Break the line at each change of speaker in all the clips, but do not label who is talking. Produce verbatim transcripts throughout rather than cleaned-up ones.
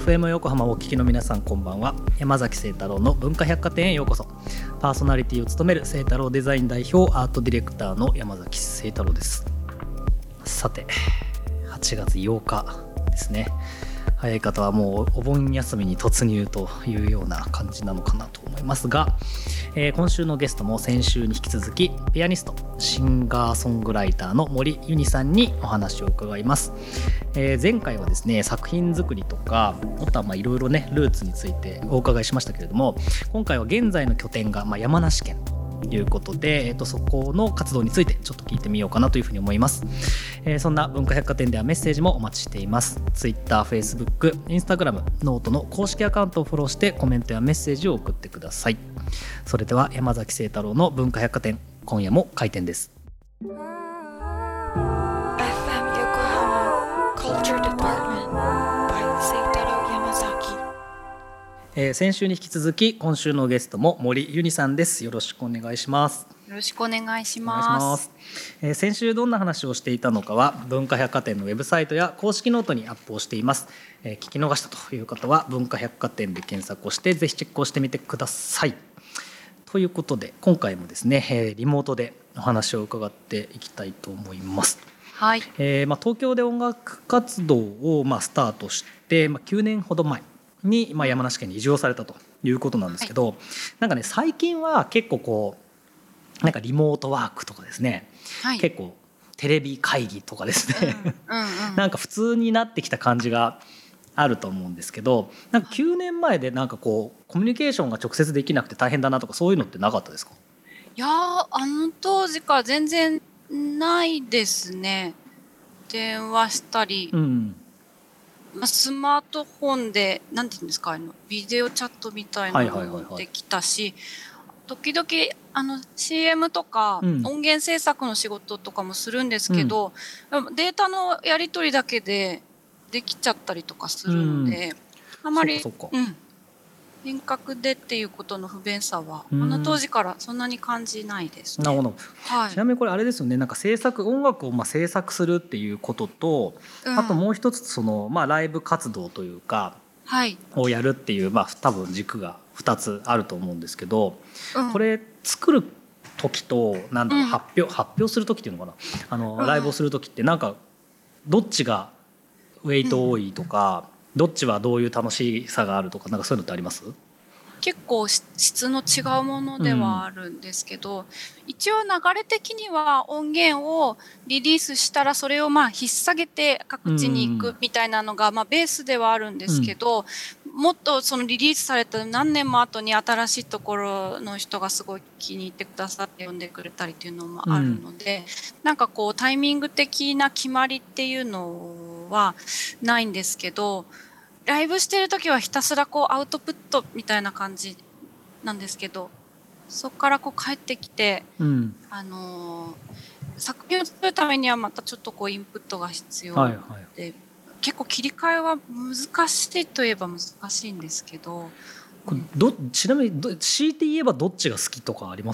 エム 横浜をお聞きの皆さん、こんばんは。山崎清太郎の文化百貨店へようこそ。パーソナリティを務める清太郎デザイン代表アートディレクターの山崎清太郎です。さてはちがつようかですね。早い方はもうお盆休みに突入というような感じなのかなと思いますが、えー、今週のゲストも先週に引き続きピアニスト、シンガーソングライターの森ゆにさんにお話を伺います。えー、前回はですね、作品作りとかあとはいろいろねルーツについてお伺いしましたけれども、今回は現在の拠点がまあ山梨県ということで、えー、とそこの活動についてちょっと聞いてみようかなというふうに思います。えー、そんな文化百貨店ではメッセージもお待ちしています。 Twitter、Facebook、Instagram、ノートの公式アカウントをフォローしてコメントやメッセージを送ってください。それでは山崎清太郎の文化百貨店、今夜も開店です。えー、先週に引き続き今週のゲストも森ゆにさんです。よろしくお願いします。
よろしくお願いします。
えー、先週どんな話をしていたのかは文化百貨店のウェブサイトや公式ノートにアップをしています。えー、聞き逃したという方は文化百貨店で検索をしてぜひチェックをしてみてください。ということで今回もですね、えー、リモートでお話を伺っていきたいと思います。
はい。
えーまあ、東京で音楽活動をまあスタートして、まあ、きゅうねんほど前にまあ山梨県に移住をされたということなんですけど、はい、なんかね最近は結構こうなんかリモートワークとかですね、はい、結構テレビ会議とかですね、うんうんうん、なんか普通になってきた感じがあると思うんですけど、なんかきゅうねんまえでなんかこうコミュニケーションが直接できなくて大変だなとかそういうのってなかったですか？
いやあの当時から全然ないですね。電話したり、うんまあ、スマートフォンでなんていうんですか、あのビデオチャットみたいなのもできたし、はいはいはいはい、時々あの シーエム とか音源制作の仕事とかもするんですけど、うん、データのやり取りだけでできちゃったりとかするので、うん、あまり
そうかそうか、
うん遠隔でっていうことの不便さはあの当時からそんなに感じないですね。
なるほど、はい、ちなみにこれあれですよね、なんか制作音楽をまあ制作するっていうことと、うん、あともう一つその、まあ、ライブ活動というか、はい、をやるっていう、まあ、多分軸がふたつあると思うんですけど、うん、これ作る時となんだろう、うん、発表発表する時っていうのかな、あの、うん、ライブをする時ってなんかどっちがウェイト多いとか、うんどっちはどういう楽しさがあるとか、なんかそういうのってあります？
結構質の違うものではあるんですけど、うん、一応流れ的には音源をリリースしたらそれをまあ引っ提げて各地に行くみたいなのがまあベースではあるんですけど、うん、もっとそのリリースされた何年も後に新しいところの人がすごい気に入ってくださって呼んでくれたりっていうのもあるので、うん、なんかこうタイミング的な決まりっていうのはないんですけど、ライブしてる時はひたすらこうアウトプットみたいな感じなんですけど、そこからこう帰ってきて、うん、あのー、作品を作るためにはまたちょっとこうインプットが必要で、はいはい、結構切り替えは難しいといえば難しいんですけど、
これどちなみにど強いて言えばどっちが好きとかあります？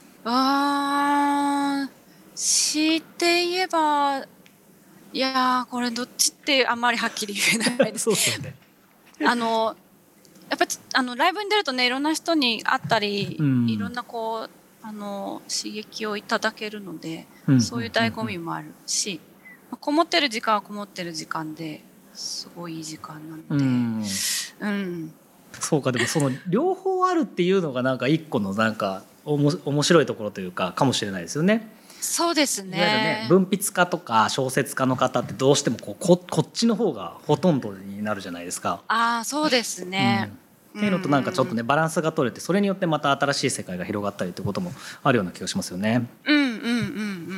あー強いて言えばいやーこれどっちってあんまりはっきり言えないです。
そうですよね。
あのやっぱりあのライブに出るとね、いろんな人に会ったり、うん、いろんなこうあの刺激をいただけるので、うん、そういう醍醐味もあるし、うん、こもってる時間はこもってる時間ですごいいい時間なので、うん
うん、そうか。でもその両方あるっていうのがなんか一個のなんかおも面白いところというかかもしれないですよね。
そうですね。
いわゆるね、文筆家とか小説家の方ってどうしてもこう こ, こっちの方がほとんどになるじゃないですか。
ああ、そうですね、
うん、っていうのとなんかちょっとねバランスが取れて、それによってまた新しい世界が広がったりということもあるような気がしますよね。
うんうんうんうん。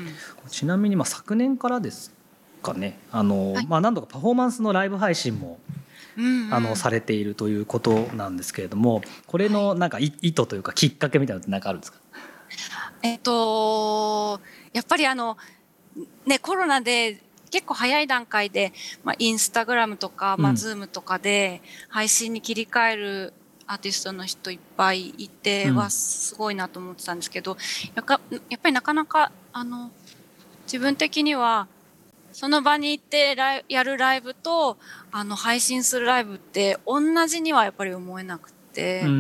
ちなみにまあ昨年からですかね、あの、はい、まあ、何度かパフォーマンスのライブ配信もうんうん、あのされているということなんですけれども、これのなんか意図というかきっかけみたいなのって何かあるんですか？
えっとやっぱりあのねコロナで結構早い段階で、まあ、インスタグラムとか、まあ、ズームとかで配信に切り替えるアーティストの人いっぱいいてはすごいなと思ってたんですけど、やっぱりなかなかあの自分的にはその場に行ってライやるライブとあの配信するライブって同じにはやっぱり思えなくて、
うん、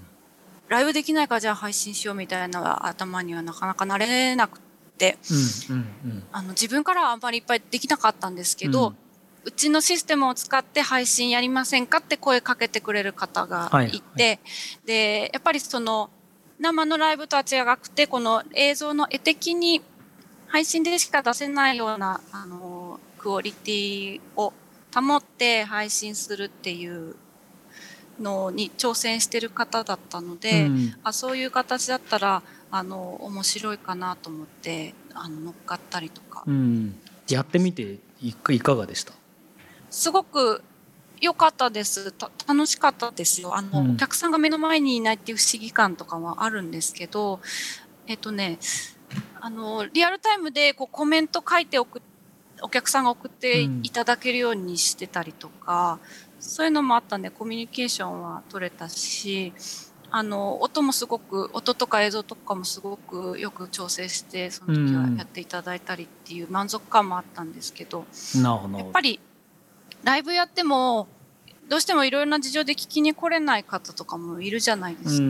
ライブできないからじゃあ配信しようみたいな頭にはなかなかなれなくて、
うんうんうん、
あの自分からはあんまりいっぱいできなかったんですけど、うん、うちのシステムを使って配信やりませんかって声かけてくれる方がいて、はいはい、でやっぱりその生のライブとは違くてこの映像の絵的に配信でしか出せないようなあのクオリティを保って配信するっていうのに挑戦してる方だったので、うん、あそういう形だったらあの面白いかなと思ってあの乗っかったりとか、
うん、やってみていかがでした？
すごく良かったです。楽しかったですよ。あの、うん、お客さんが目の前にいないっていう不思議感とかはあるんですけど、えっとねあのリアルタイムでこうコメント書いておくお客さんが送っていただけるようにしてたりとか、うん、そういうのもあったんでコミュニケーションは取れたし、あの音もすごく音とか映像とかもすごくよく調整してその時はやっていただいたりっていう満足感もあったんですけど、
うん、なるほど。
やっぱりライブやってもどうしてもいろいろな事情で聞きに来れない方とかもいるじゃないですか、うん、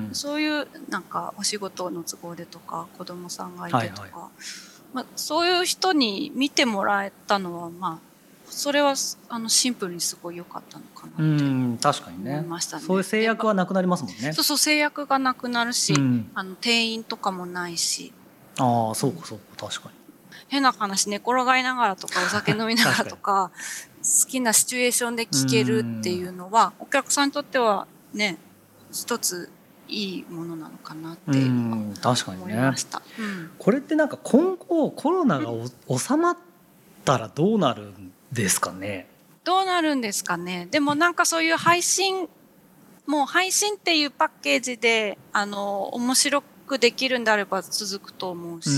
そういうなんかお仕事の都合でとか子供さんがいてとか、はいはい、まあ、そういう人に見てもらえたのはまあそれはあのシンプルにすごい良かったのかなって思いましたね。
確かにね。そういう制約はなくなりますもんね。
そうそう、制約がなくなるし、うん、あの定員とかもないし。
ああ、そうかそうか、確かに。
変な話、寝転がりながらとかお酒飲みながらとか好きなシチュエーションで聴けるっていうのはお客さんにとってはね一ついいものなのかなって思いました。確かにね、うん、
これってなんか今後コロナがお、収まったらどうなるんですかね。
どうなるんですかね。でもなんかそういう配信もう配信っていうパッケージであの面白くできるんであれば続くと思うし、うん、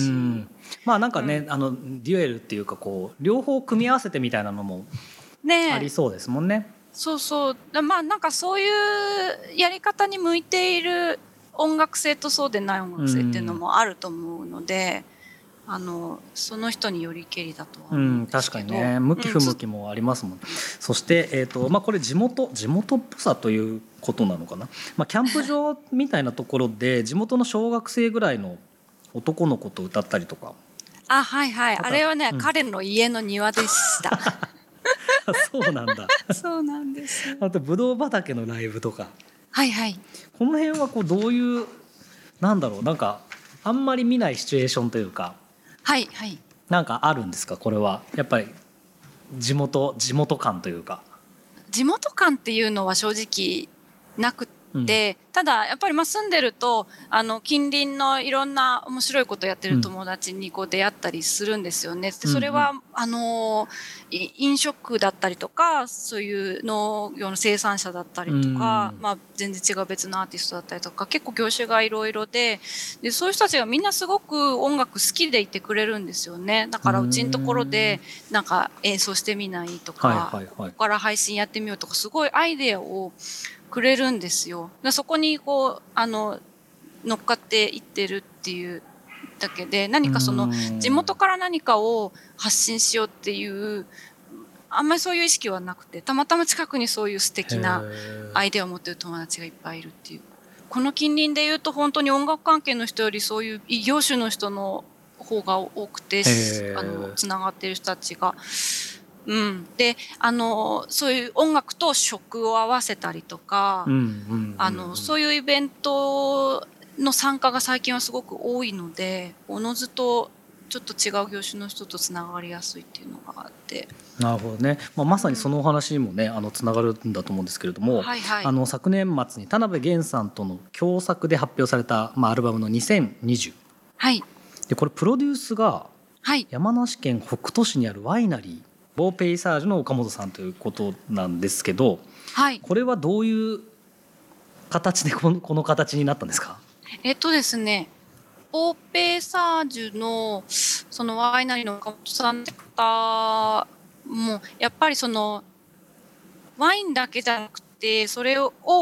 まあなんかね、うん、あのデュエルっていうかこう両方組み合わせてみたいなのもありそうですもんね。ね、
そうそう。まあなんかそういうやり方に向いている音楽性とそうでない音楽性っていうのもあると思うので、うん、あのその人によりけりだとは思うんですけど、うん、
確かにね向き不向きもありますもん、うん、そして、えーとまあ、これ地元地元っぽさということなのかな、まあ、キャンプ場みたいなところで地元の小学生ぐらいの男の子と歌ったりとか。
あ、はいはい、あれはね、うん、彼の家の庭でした
そうなんだ
そうなんです。
あとブドウ畑のライブとか、
はいはい、
この辺はこうどういうなんだろう、なんかあんまり見ないシチュエーションというか、
はいはい、
なんかあるんですか。これはやっぱり地元地元感というか。
地元感っていうのは正直なくて、うん、ただやっぱりまあ住んでるとあの近隣のいろんな面白いことやってる友達にこう出会ったりするんですよね。でそれは、うんうん、あの飲食だったりとかそういう農業の生産者だったりとか、うん、まあ、全然違う別のアーティストだったりとか結構業種がいろいろで、でそういう人たちがみんなすごく音楽好きでいてくれるんですよね。だからうちのところでなんか演奏してみないとか、はいはいはい、ここから配信やってみようとかすごいアイデアをくれるんですよ。でそこにこうあの乗っかっていってるっていうだけで、何かその地元から何かを発信しようっていうあんまりそういう意識はなくて、たまたま近くにそういう素敵なアイデアを持っている友達がいっぱいいるっていう。この近隣でいうと本当に音楽関係の人よりそういう異業種の人の方が多くて、あのつながっている人たちが。うん、であのそういう音楽と食を合わせたりとか、あのそういうイベントの参加が最近はすごく多いので、おのずとちょっと違う業種の人とつながりやすいっていうのがあって。
なるほどね、まあ、まさにそのお話にもね、うん、あのつながるんだと思うんですけれども、はいはい、あの昨年末に田辺源さんとの共作で発表された、まあ、アルバムのにせんにじゅう、
はい、
でこれプロデュースが山梨県北杜市にあるワイナリーボーペイサージュの岡本さんということなんですけど、はい、これはどういう形でこの、この形になったんですか。
えっとですねボーペイサージュのそのワイナリーの岡本さんって方もやっぱりそのワインだけじゃなくてそれを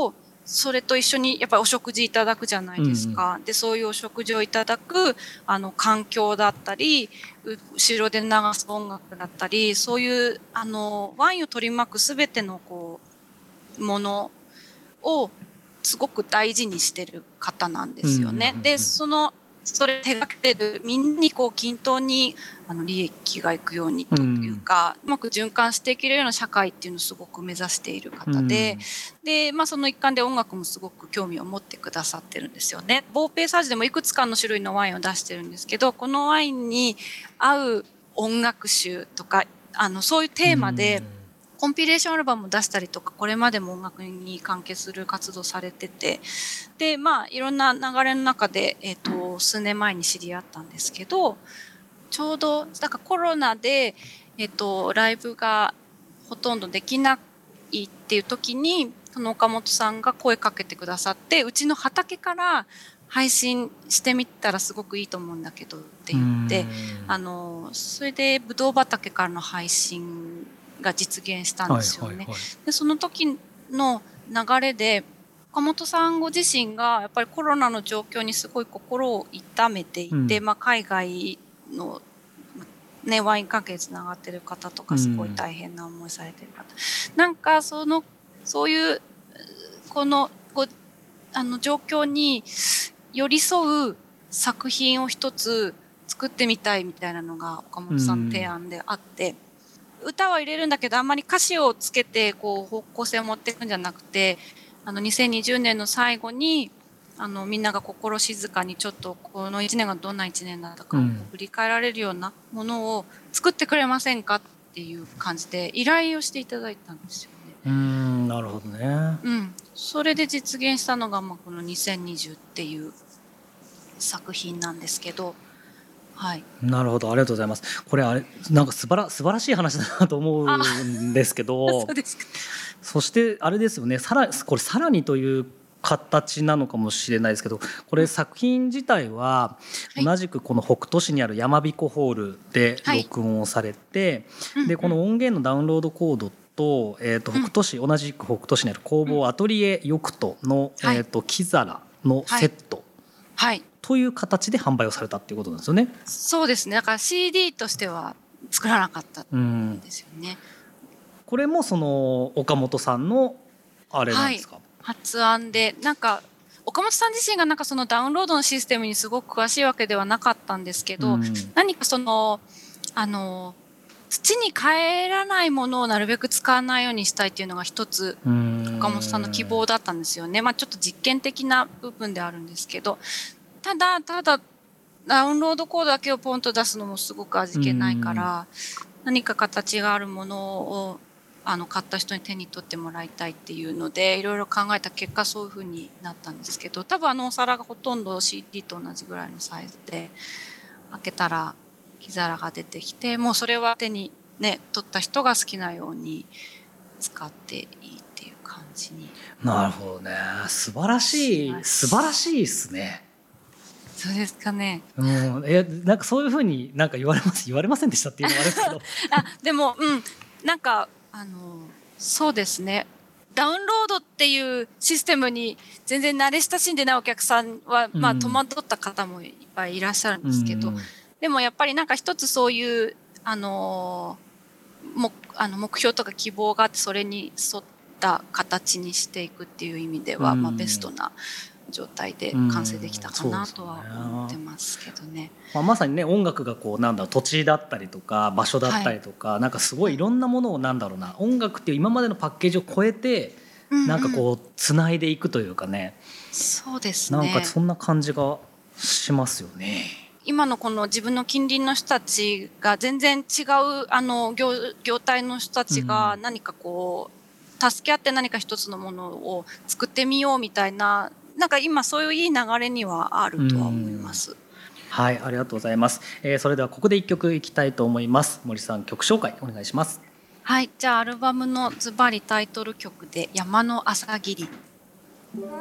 それと一緒にやっぱりお食事いただくじゃないですか。うんうん、で、そういうお食事をいただく、あの、環境だったり、後ろで流す音楽だったり、そういう、あの、ワインを取り巻くすべての、こう、ものを、すごく大事にしてる方なんですよね。うんうんうん、で、その、それ手がけてるみんなにこう均等にあの利益がいくようにというか、うん、うまく循環していけるような社会っていうのをすごく目指している方で、うん、で、まあその一環で音楽もすごく興味を持ってくださってるんですよね。ボーペーサージでもいくつかの種類のワインを出してるんですけど、このワインに合う音楽集とか、あのそういうテーマで、うんコンピレーションアルバムを出したりとか、これまでも音楽に関係する活動されてて、で、まあ、いろんな流れの中で、えっと、数年前に知り合ったんですけど、ちょうど、だからコロナで、えっと、ライブがほとんどできないっていう時に、その岡本さんが声かけてくださって、うちの畑から配信してみたらすごくいいと思うんだけどって言って、あの、それでぶどう畑からの配信が実現したんですよね。はいはいはい、でその時の流れで岡本さんご自身がやっぱりコロナの状況にすごい心を痛めていて、うん、まあ、海外の、ね、ワイン関係につながってる方とかすごい大変な思いされてる方、うん、なんかそのそういうこのこあの状況に寄り添う作品を一つ作ってみたいみたいなのが岡本さんの提案であって、うん歌は入れるんだけどあんまり歌詞をつけてこう方向性を持っていくんじゃなくてあのにせんにじゅうねんの最後にあのみんなが心静かにちょっとこのいちねんがどんないちねんだったかを振り返られるようなものを作ってくれませんかっていう感じで依頼をしていただいたんですよね。
うーんなるほどね。
うん、それで実現したのが、まあ、このにせんにじゅうっていう作品なんですけど。はい、
なるほどありがとうございます。これあれなんか素晴ら、素晴らしい話だなと思うんですけど
そうですか。
そしてあれですよねさらこれさらにという形なのかもしれないですけどこれ作品自体は同じくこの北斗市にある山彦ホールで録音をされて、はい、でこの音源のダウンロードコードと、えー、と北斗市、うん、同じく北斗市にある工房アトリエヨクトの、うんえー、と木皿のセット、
はいはい
という形で販売をされたっていうことなんですよね。
そうですね。だから シーディー としては作らなかったんですよね。
これもその岡本さんのあれなんですか。
はい、発案でなんか岡本さん自身がなんかそのダウンロードのシステムにすごく詳しいわけではなかったんですけど、うん、何かそのあの土に帰らないものをなるべく使わないようにしたいっていうのが一つ岡本さんの希望だったんですよね。まあちょっと実験的な部分であるんですけど。ただただダウンロードコードだけをポンと出すのもすごく味気ないから何か形があるものをあの買った人に手に取ってもらいたいっていうのでいろいろ考えた結果そういう風になったんですけど多分あのお皿がほとんど シーディー と同じぐらいのサイズで開けたら木皿が出てきてもうそれは手にね取った人が好きなように使っていいっていう感じに。
なるほどね。素晴らしい素晴らしいですね。
そうですかね。
うん、えなんかそういうふうになんか言われます言われませんでしたっていうのはあれですけど
あでもうんなんかあのそうですねダウンロードっていうシステムに全然慣れ親しんでないお客さんは、まあ、戸惑った方もいっぱいいらっしゃるんですけど、うん、でもやっぱりなんか一つそういうあのもあの目標とか希望があってそれに沿った形にしていくっていう意味では、うんまあ、ベストな状態で完成できたかなとは思ってますけどね。
まあ、まさにね音楽がこうなんだろう土地だったりとか場所だったりとか、はい、なんかすごいいろんなものをなんだろうな音楽っていう今までのパッケージを超えて、うんうん、なんかこうつないでいくというかね。
そうですね。
なんかそんな感じがしますよね。
今のこの自分の近隣の人たちが全然違うあの 業, 業態の人たちが何かこう、うん、助け合って何か一つのものを作ってみようみたいななんか今そういういい流れにはあるとは思います。
はい、ありがとうございます、えー、それではここで一曲いきたいと思います。森さん曲紹介お願いします。
はい、じゃあアルバムのズバリタイトル曲で山の朝霧。 エフエム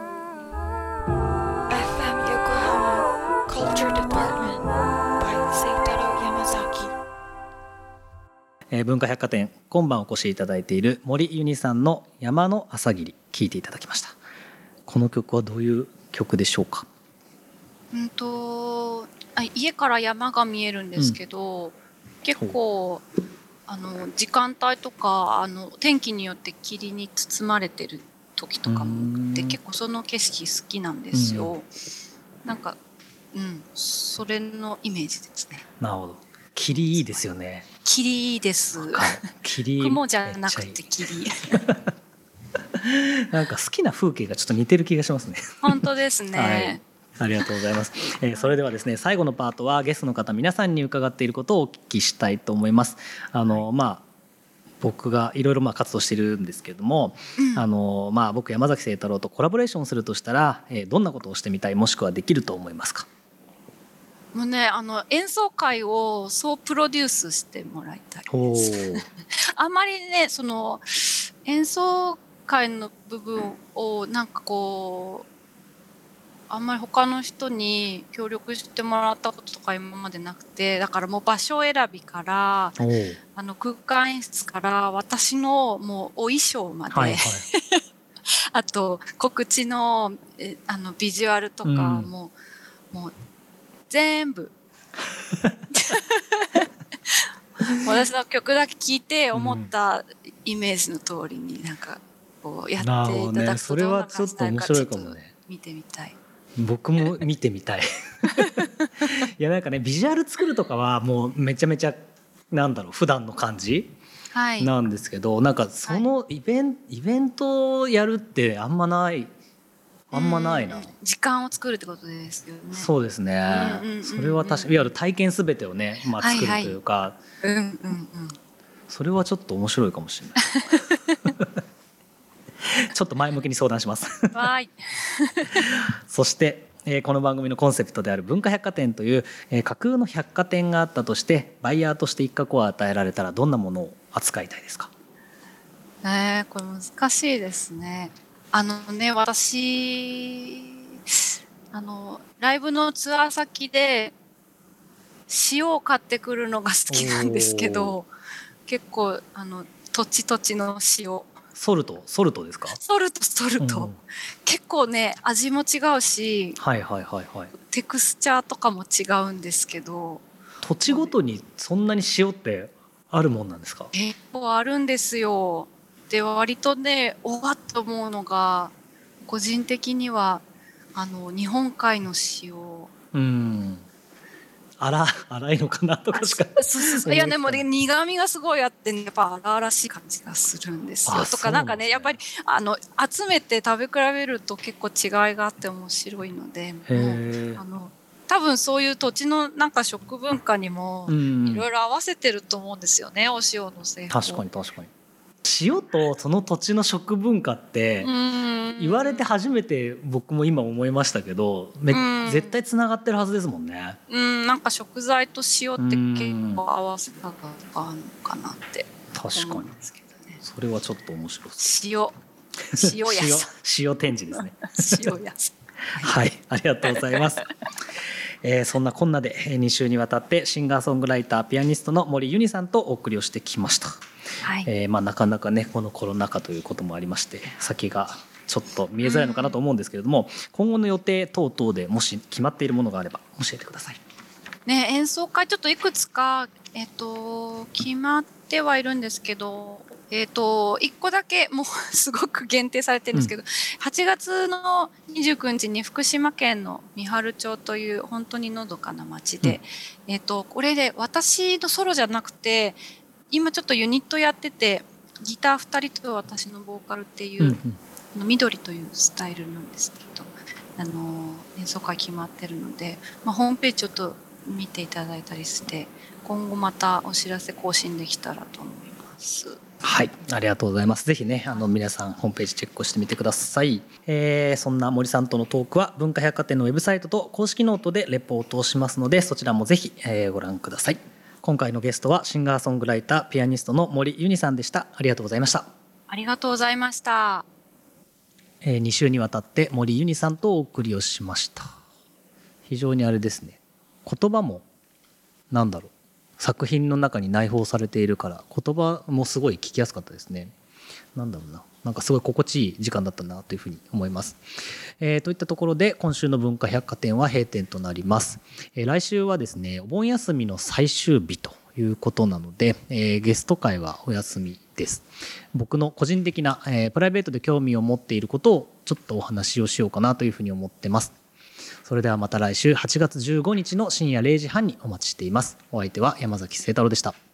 Yokohama Culture Department by セイタロー山崎。
えー、文化百貨店今晩お越しいただいている森ゆにさんの山の朝霧聴いていただきました。 この曲はどういう曲でしょうか？
うんとあ家から山が見えるんですけど、うん、結構あの時間帯とかあの天気によって霧に包まれてる時とかもで結構その景色好きなんですよ、うん、なんかうんそれのイメージですね。
なるほど。霧いいですよね。
霧いいです。霧雲じゃなくて霧
なんか好きな風景がちょっと似てる気がしますね。
本当ですね、
はい、ありがとうございます、えー、それではですね最後のパートはゲストの方皆さんに伺っていることをお聞きしたいと思います。あの、はい、まあ僕がいろいろ活動しているんですけれども、うん、あのまあ、僕山崎晴太郎とコラボレーションするとしたら、えー、どんなことをしてみたいもしくはできると思いますか？
もうねあの演奏会をそうプロデュースしてもらいたいですあんまりねその演奏会の部分をなんかこうあんまり他の人に協力してもらったこととか今までなくて、だからもう場所選びからあの空間演出から私のもうお衣装まで、はいはい、あと告知のえあのビジュアルとかも、うん、もう全部私の曲だけ聴いて思ったイメージの通りになんかこうやっていただくとどんな感じになるかちょっと見てみたい。
僕も見てみたいいやなんかねビジュアル作るとかはもうめちゃめちゃなんだろう普段の感じなんですけど、はい、なんかそのイベン、はい、イベントをやるってあんまないあんまないな。
時間を作るってことですよね。
そうですね、うんうんうんうん、それは確かいわゆる体験すべてをね、まあ、作るというか、はいはいうんうんうん、それはちょっと面白いかもしれないちょっと前向きに相談します
はい
そして、えー、この番組のコンセプトである文化百貨店という、えー、架空の百貨店があったとしてバイヤーとして一角を与えられたらどんなものを扱いたいですか？
えー、これ難しいですね。あのね私あのライブのツアー先で塩を買ってくるのが好きなんですけど結構あの土地土地の塩
ソルトソルトですか？
ソルトソルト、うん、結構ね味も違うし、
はいはいはいはい、
テクスチャーとかも違うんですけど
土地ごとにそんなに塩ってあるもんなんですか？
結構あるんですよ。で割とねおわっと思うのが個人的にはあの日本海の塩
うん荒荒いのかなとかしか
そうそうそういやでも、ね、苦味がすごいあって、ね、やっぱ荒々しい感じがするんですよ。とかなんかねやっぱりあの集めて食べ比べると結構違いがあって面白いのでもうあの多分そういう土地のなんか食文化にもいろいろ合わせてると思うんですよね、うん、お塩の製法。
確かに確かに塩とその土地の食文化って言われて初めて僕も今思いましたけどめ絶対つながってるはずですもんね。
うんなんか食材と塩って結構合わせ方があるのかなって思うんですけどね。
それはちょっと面白そ
う。塩塩野菜
塩, 塩展示ですね
塩野菜
はいありがとうございますえー、そんなこんなでに週にわたってシンガーソングライターピアニストの森ゆにさんとお送りをしてきました。はいえーまあ、なかなかねこのコロナ禍ということもありまして先がちょっと見えづらいのかなと思うんですけれども、うん、今後の予定等々でもし決まっているものがあれば教えてください。
ね、演奏会ちょっといくつか、えー、と決まってはいるんですけど、えー、といっこだけもうすごく限定されてるんですけど、うん、はちがつのにじゅうくにちに福島県の三春町という本当にのどかな町で、うんえー、とこれで私のソロじゃなくて今ちょっとユニットやっててギターふたりと私のボーカルっていう、うんうん、緑というスタイルなんですけどあの演奏会決まってるので、まあ、ホームページちょっと見ていただいたりして今後またお知らせ更新できたらと思います。
はいありがとうございます。ぜひねあの皆さんホームページチェックしてみてください、えー、そんな森さんとのトークは文化百貨店のウェブサイトと公式ノートでレポートをしますのでそちらもぜひ、えー、ご覧ください。今回のゲストはシンガーソングライターピアニストの森ゆにさんでした。ありがとうございました。
ありがとうございました、
えー、に週にわたって森ゆにさんとお送りをしました。非常にあれですね言葉もなんだろう作品の中に内包されているから言葉もすごい聞きやすかったですね。 なんだろうな、なんかすごい心地いい時間だったなというふうに思います。えー、といったところで今週の文化百貨店は閉店となります。えー、来週はですねお盆休みの最終日ということなので、えー、ゲスト会はお休みです。僕の個人的な、えー、プライベートで興味を持っていることをちょっとお話をしようかなというふうに思ってます。それではまた来週はちがつじゅうごにちの深夜れいじはんにお待ちしています。お相手は山崎誠太郎でした。